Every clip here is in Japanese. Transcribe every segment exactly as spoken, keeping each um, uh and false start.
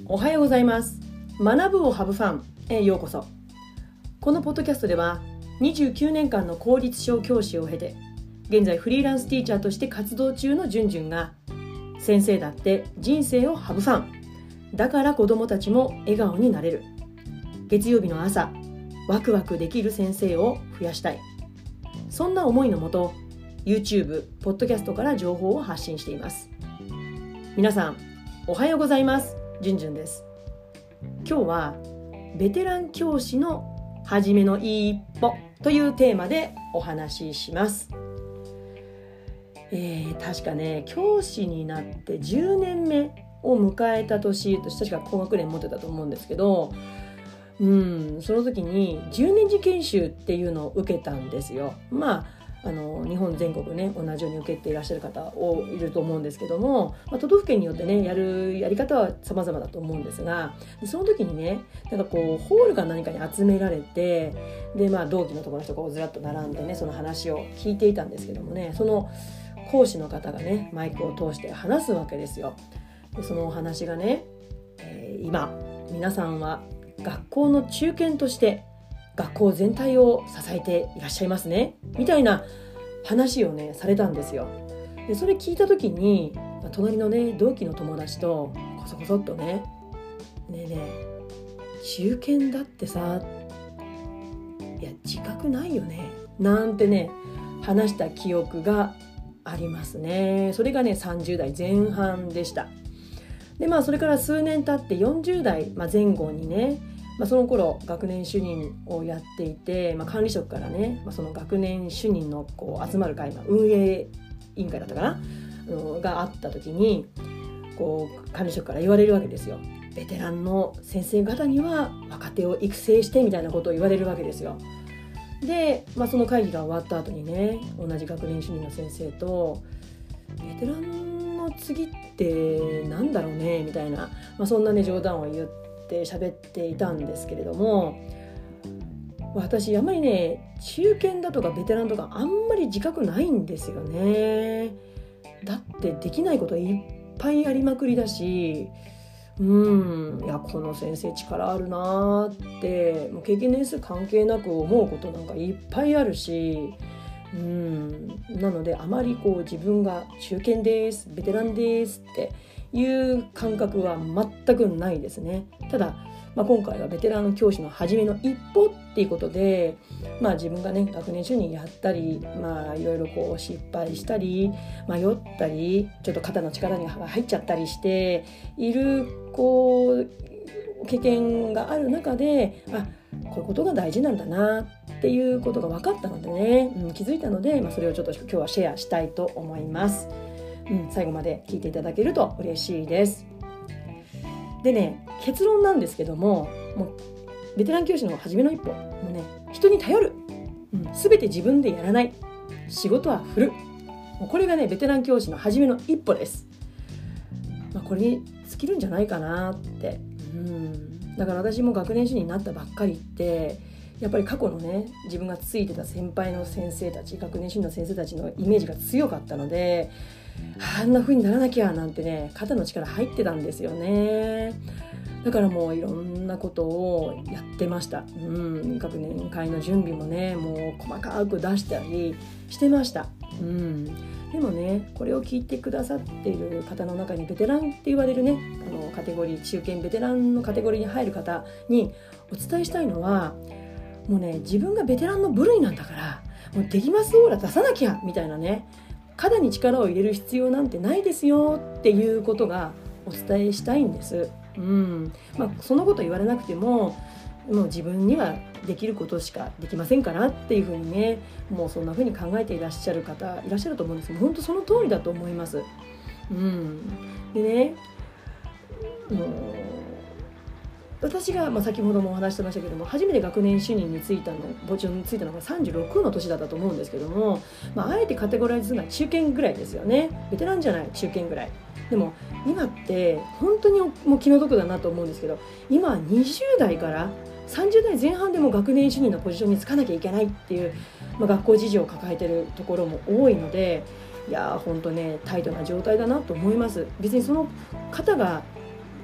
おはようございます。学ぶをハブファンへようこそ。このポッドキャストではにじゅうきゅうねんかんの公立小教師を経て、現在フリーランスティーチャーとして活動中のじゅんじゅんが、先生だって人生をハブファンだから子どもたちも笑顔になれる、月曜日の朝ワクワクできる先生を増やしたい、そんな思いのもと YouTube、ポッドキャストから情報を発信しています。皆さんおはようございます。じゅんじゅんです。今日はベテラン教師の初めの一歩というテーマでお話しします。えー、確かね教師になってじゅうねんめを迎えた年と確か高学年持ってたと思うんですけど、うんその時にじゅうねん次研修っていうのを受けたんですよ。まああの日本全国ね同じように受けていらっしゃる方をいると思うんですけども、まあ、都道府県によってねやるやり方は様々だと思うんですが、その時にねなんかこうホールか何かに集められて、でまあ同期のところの人がずらっと並んでねその話を聞いていたんですけどもね、その講師の方がねマイクを通して話すわけですよ。でそのお話がね、えー、今皆さんは学校の中堅として学校全体を支えていらっしゃいますねみたいな話をねされたんですよ。でそれ聞いた時に隣のね同期の友達とこそこそっとねねえねえ中堅だってさ、いや自覚ないよねなんてね話した記憶がありますね。それがねさんじゅうだいぜん半でした。でまあそれから数年経ってよんじゅうだい、まあ、前後にね、まあ、その頃学年主任をやっていて、まあ、管理職からね、まあ、その学年主任のこう集まる会、まあ、運営委員会だったかな、あのがあった時にこう管理職から言われるわけですよ。ベテランの先生方には若手を育成してみたいなことを言われるわけですよ。で、まあ、その会議が終わった後にね同じ学年主任の先生とベテランの次ってなんだろうねみたいな、まあ、そんなね冗談を言って喋っていたんですけれども、私あんまりね中堅だとかベテランとかあんまり自覚ないんですよね。だってできないこといっぱいありまくりだし、うんいやこの先生力あるなってもう経験年数関係なく思うことなんかいっぱいあるし、うんなのであまりこう自分が中堅ですベテランですっていう感覚は全くないですね。ただ、まあ、今回はベテラン教師の初めの一歩っていうことで、まあ、自分がね学年主任やったり、まあ、いろいろこう失敗したり迷ったりちょっと肩の力に入っちゃったりしているこう経験がある中で、あこういうことが大事なんだなっていうことが分かったのでね、うん、気づいたので、まあ、それをちょっと今日はシェアしたいと思います。うん、最後まで聞いていただけると嬉しいです。でね結論なんですけども、もうベテラン教師の初めの一歩もうね人に頼る、うん、全て自分でやらない、仕事は振る、もうこれがねベテラン教師の初めの一歩です。まあ、これに尽きるんじゃないかなって、うん、だから私も学年主任になったばっかりってやっぱり過去のね自分がついてた先輩の先生たち学年主任の先生たちのイメージが強かったので、あんな風にならなきゃなんてね肩の力入ってたんですよね。だからもういろんなことをやってました。うん、学年会の準備もねもう細かく出したりしてました。うん、でもねこれを聞いてくださっている方の中にベテランって言われるねあのカテゴリー中堅ベテランのカテゴリーに入る方にお伝えしたいのは、もうね自分がベテランの部類なんだからもうできますオーラ出さなきゃみたいなね、肩に力を入れる必要なんてないですよっていうことがお伝えしたいんです。うんまあ、そのこと言われなくてももう自分にはできることしかできませんからっていうふうにねもうそんなふうに考えていらっしゃる方いらっしゃると思うんですけど、本当その通りだと思います。うん、でねもう私が、まあ、先ほどもお話してましたけども初めて学年主任に就いたの部長に就いたのがさんじゅうろくの年だったと思うんですけども、まあ、あえてカテゴライズするのは中堅ぐらいですよね。ベテランじゃない中堅ぐらいでも今って本当にもう気の毒だなと思うんですけど、今にじゅうだいからさんじゅうだいぜん半でも学年主任のポジションにつかなきゃいけないっていう、まあ、学校事情を抱えているところも多いので、いやー本当ねタイトな状態だなと思います。別にその方が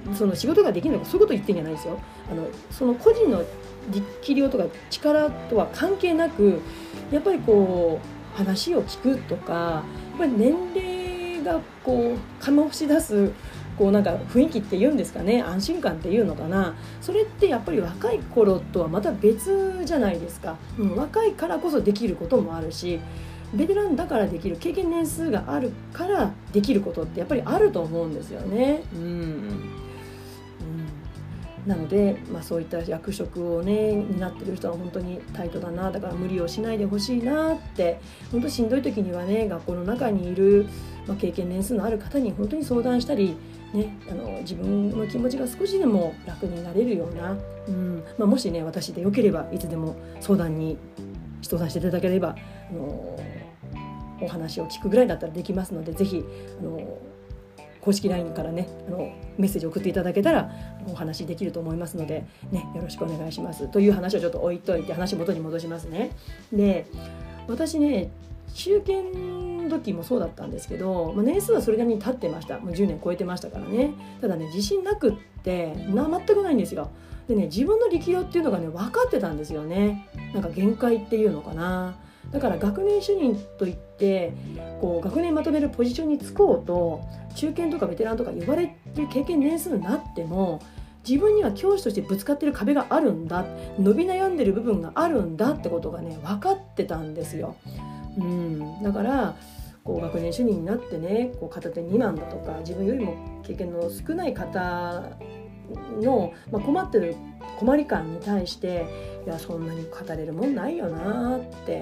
その仕事ができるのかそういうこと言ってんじゃないですよ。あのその個人の力量とか力とは関係なく、やっぱりこう話を聞くとか、やっぱり年齢がこう醸し出すこうなんか雰囲気っていうんですかね、安心感っていうのかな、それってやっぱり若い頃とはまた別じゃないですか、うん、若いからこそできることもあるし、ベテランだからできる、経験年数があるからできることってやっぱりあると思うんですよね。うん、うん、なので、まあ、そういった役職をね担ってる人は本当にタイトだな、だから無理をしないでほしいなって、本当しんどい時にはね、学校の中にいる、まあ、経験年数のある方に本当に相談したりね、あの自分の気持ちが少しでも楽になれるような、うんまあ、もしね私でよければいつでも相談に相談していただければ、あのお話を聞くぐらいだったらできますので、ぜひあの公式 ライン からねあのメッセージを送っていただけたらお話できると思いますので、ね、よろしくお願いしますという話をちょっと置いといて、話元に戻しますね。で、私ね中堅時もそうだったんですけど、まあ、年数はそれなりに経ってました。もうじゅうねん超えてましたからね。ただね、自信なくってな全くないんですよ。でね、自分の力量っていうのがね分かってたんですよね。なんか限界っていうのかな。だから学年主任といってこう学年まとめるポジションに就こうと中堅とかベテランとか呼ばれて経験年数になっても、自分には教師としてぶつかってる壁があるんだ、伸び悩んでる部分があるんだってことがね分かってたんですよ。うん、だからこう学年主任になってね、こう片手にばんだとか自分よりも経験の少ない方の、まあ、困ってる困り感に対して、いやそんなに語れるもんないよなって、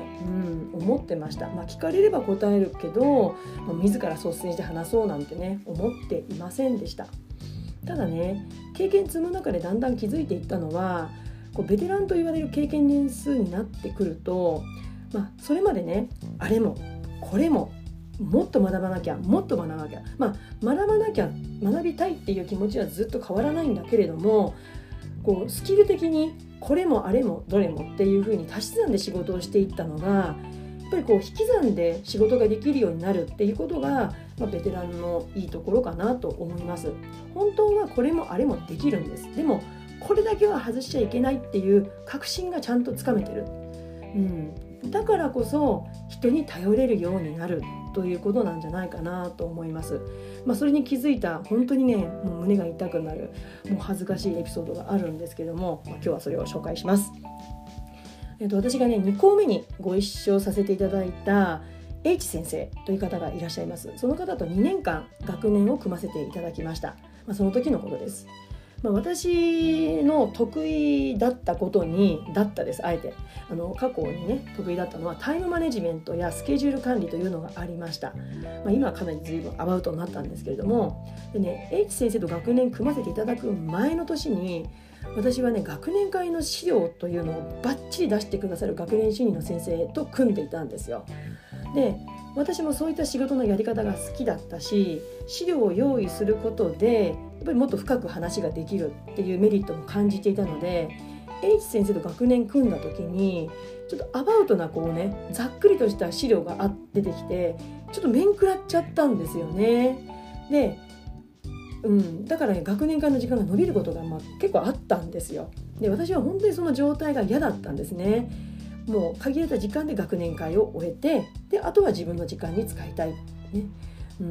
うん、思ってました。まあ、聞かれれば答えるけど、まあ、自ら率先して話そうなんてね思っていませんでした。ただね、経験積む中でだんだん気づいていったのは、こうベテランと言われる経験年数になってくると、まあ、それまでねあれもこれももっと学ばなきゃもっと学ばなきゃ、まあ、学ばなきゃ学びたいっていう気持ちはずっと変わらないんだけれども、こうスキル的にこれもあれもどれもっていう風に足し算で仕事をしていったのが、やっぱりこう引き算で仕事ができるようになるっていうことが、まあ、ベテランのいいところかなと思います。本当はこれもあれもできるんです。でもこれだけは外しちゃいけないっていう確信がちゃんとつかめてる、うん、だからこそ人に頼れるようになるということなんじゃないかなと思います。まあ、それに気づいた本当にねもう胸が痛くなるもう恥ずかしいエピソードがあるんですけども、まあ、今日はそれを紹介します。えっと、私がねにこうめにご一緒させていただいた H 先生という方がいらっしゃいます。その方とにねんかん学年を組ませていただきました。まあ、その時のことです。まあ、私の得意だったことにだったです。あえてあの過去にね得意だったのはタイムマネジメントやスケジュール管理というのがありました。まあ、今はかなり随分アバウトになったんですけれども、でね H 先生と学年組ませていただく前の年に、私はね学年会の資料というのをバッチリ出してくださる学年主任の先生と組んでいたんですよ。で私もそういった仕事のやり方が好きだったし、資料を用意することでやっぱりもっと深く話ができるっていうメリットも感じていたので、 H 先生と学年組んだ時にちょっとアバウトなこうねざっくりとした資料が出てきて、ちょっと面食らっちゃったんですよね。で、うん、だからね学年会の時間が伸びることがまあ結構あったんですよ。で私は本当にその状態が嫌だったんですね。もう限られた時間で学年会を終えて、であとは自分の時間に使いたい、ねうん、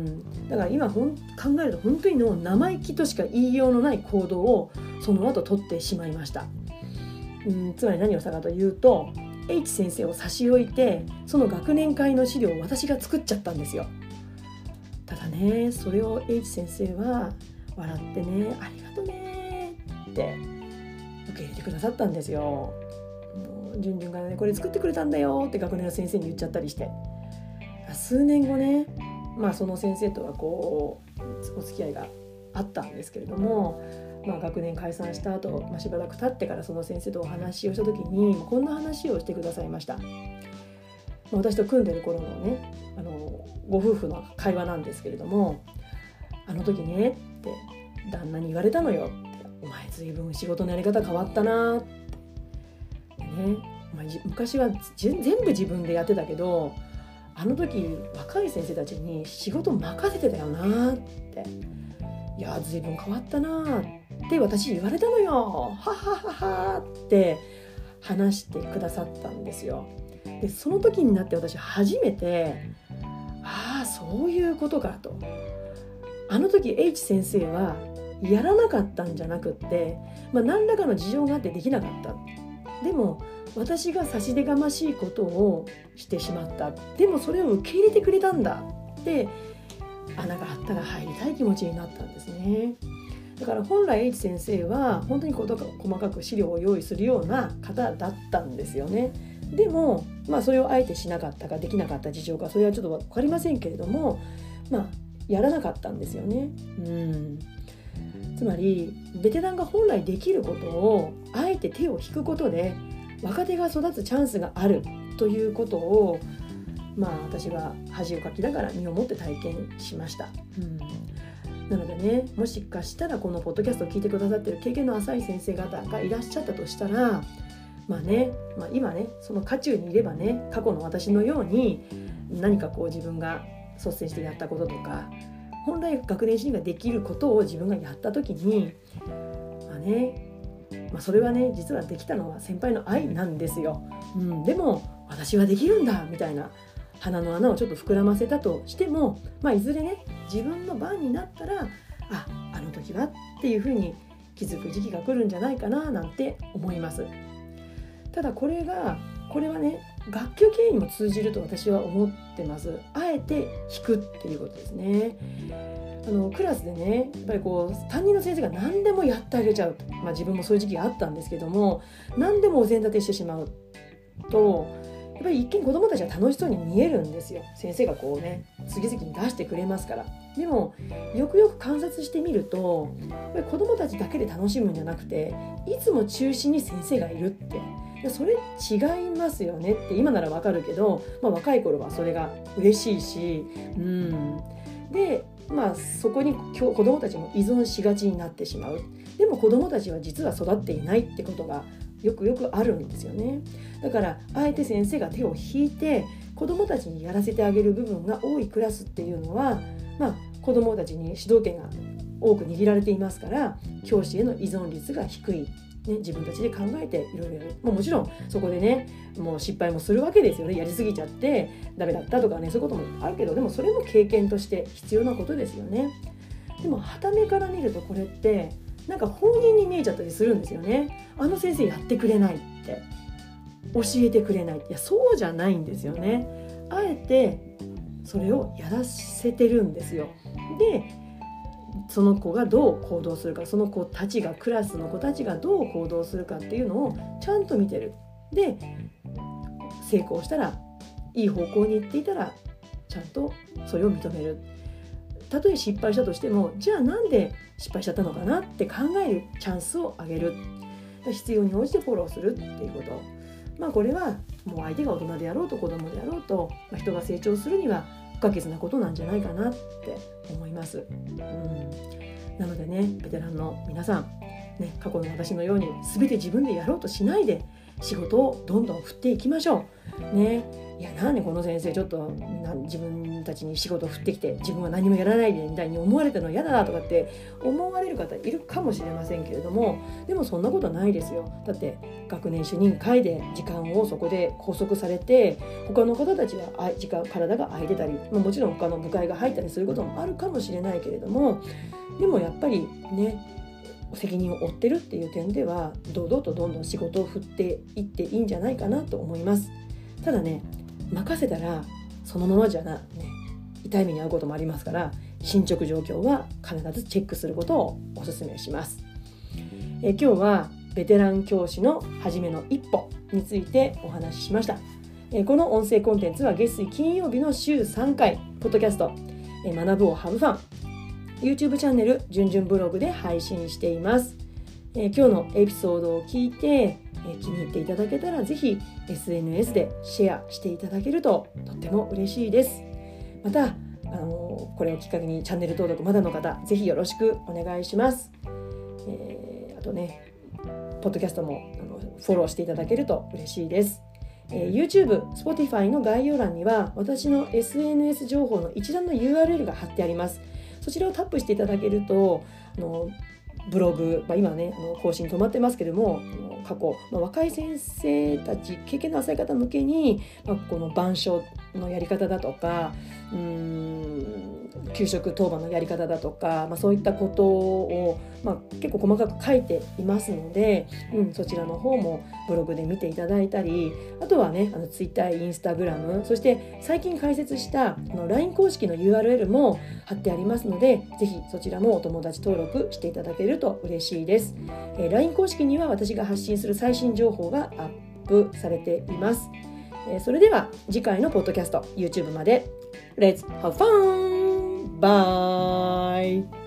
だから今ほん考えると本当にの生意気としか言いようのない行動をその後取ってしまいました。うん、つまり何をしたかというと H 先生を差し置いて、その学年会の資料を私が作っちゃったんですよ。ただねそれを H 先生は笑ってね、ありがとねって受け入れてくださったんですよ。じゅんじゅんがねこれ作ってくれたんだよって学年の先生に言っちゃったりして、数年後ね、まあその先生とはこうお付き合いがあったんですけれども、まあ、学年解散した後、まあ、しばらく経ってからその先生とお話をした時にこんな話をしてくださいました。私と組んでる頃のねあのご夫婦の会話なんですけれども、あの時ねって旦那に言われたのよって、お前ずいぶん仕事のやり方変わったなってね、まあ、昔は全部自分でやってたけど、あの時若い先生たちに仕事任せてたよなって、 いや随分変わったなって私言われたのよ、ははははって話してくださったんですよ。でその時になって私初めて、ああそういうことかと。あの時 H 先生はやらなかったんじゃなくって、まあ、何らかの事情があってできなかった。でも私が差し出がましいことをしてしまった。でもそれを受け入れてくれたんだって穴があったら入りたい気持ちになったんですね。だから本来 H 先生は本当に細かく資料を用意するような方だったんですよね。でも、まあ、それをあえてしなかったかできなかった事情かそれはちょっと分かりませんけれども、まあ、やらなかったんですよね。うんつまりベテランが本来できることをあえて手を引くことで若手が育つチャンスがあるということを、まあ、私は恥をかきながら身をもって体験しました。うんなのでね、もしかしたらこのポッドキャストを聞いてくださっている経験の浅い先生方がいらっしゃったとしたら、まあね、まあ、今ねその渦中にいればね過去の私のように何かこう自分が率先してやったこととか本来学年主任ができることを自分がやった時に、まあねまあ、それはね実はできたのは先輩の愛なんですよ。うん、でも私はできるんだみたいな鼻の穴をちょっと膨らませたとしても、まあ、いずれね自分の番になったらああの時はっていうふうに気づく時期が来るんじゃないかななんて思います。ただこれがこれはね学級経営にも通じると私は思ってます。あえて引くっていうことですね。あのクラスでねやっぱりこう担任の先生が何でもやってあげちゃう、まあ、自分もそういう時期があったんですけども何でもお膳立てしてしまうとやっぱり一見子どもたちは楽しそうに見えるんですよ。先生がこうね次々に出してくれますから。でもよくよく観察してみるとやっぱり子どもたちだけで楽しむんじゃなくていつも中心に先生がいるってそれ違いますよねって今ならわかるけど、まあ、若い頃はそれが嬉しいし、うん、で、まあ、そこに子どもたちも依存しがちになってしまう。でも子どもたちは実は育っていないってことがよくよくあるんですよね。だからあえて先生が手を引いて子どもたちにやらせてあげる部分が多いクラスっていうのは、まあ、子どもたちに主導権が多く握られていますから教師への依存率が低い。ね、自分たちで考えていろいろやる。もうもちろんそこでねもう失敗もするわけですよね。やりすぎちゃってダメだったとかねそういうこともあるけどでもそれも経験として必要なことですよね。でも傍目から見るとこれってなんか放任に見えちゃったりするんですよね。あの先生やってくれないって教えてくれない。いやそうじゃないんですよね。あえてそれをやらせてるんですよ。でその子がどう行動するかその子たちがクラスの子たちがどう行動するかっていうのをちゃんと見てる。で成功したらいい方向に行っていたらちゃんとそれを認める。たとえ失敗したとしてもじゃあなんで失敗しちゃったのかなって考えるチャンスをあげる。必要に応じてフォローするっていうこと。まあこれはもう相手が大人であろうと子供であろうと、まあ、人が成長するには不可欠なことなんじゃないかなって思います。うん、なのでねベテランの皆さん、ね、過去の私のように全て自分でやろうとしないで仕事をどんどん振っていきましょう。ね、いやなんでこの先生ちょっと自分たちに仕事を振ってきて自分は何もやらないでみたいに思われてるの嫌だなとかって思われる方いるかもしれませんけれどもでもそんなことないですよ。だって学年主任会で時間をそこで拘束されて他の方たちは時間体が空いてたり、まあ、もちろん他の部会が入ったりすることもあるかもしれないけれどもでもやっぱりね責任を負ってるっていう点では堂々とどんどん仕事を振っていっていいんじゃないかなと思います。ただね任せたらそのままじゃな、ね、痛い目に遭うこともありますから進捗状況は必ずチェックすることをお勧めします。え今日はベテラン教師の初めの一歩についてお話ししました。えこの音声コンテンツは月水金曜日の週さんかいポッドキャストえ学ぶをハブファン YouTube チャンネルじゅんじゅんブログで配信しています。え今日のエピソードを聞いてえ気に入っていただけたらぜひ エスエヌエス でシェアしていただけるととっても嬉しいです。またあのこれをきっかけにチャンネル登録まだの方ぜひよろしくお願いします。えー、あとねポッドキャストもあのフォローしていただけると嬉しいです。えー、YouTube、Spotify の概要欄には私の エスエヌエス 情報の一覧の ユーアールエル が貼ってあります。 そちらをタップしていただけるとあのブログ、まあ、今ねあの更新止まってますけども過去、まあ、若い先生たち経験の浅い方向けに、まあ、この板書のやり方だとかうーん給食当番のやり方だとか、まあ、そういったことを、まあ、結構細かく書いていますので、うん、そちらの方もブログで見ていただいたりあとはねあのツイッター、インスタグラムそして最近開設したあの ライン 公式の ユーアールエル も貼ってありますのでぜひそちらもお友達登録していただけると嬉しいです、えー、ライン 公式には私が発信する最新情報がアップされています、えー、それでは次回のポッドキャスト YouTube まで Let's have fun! Bye!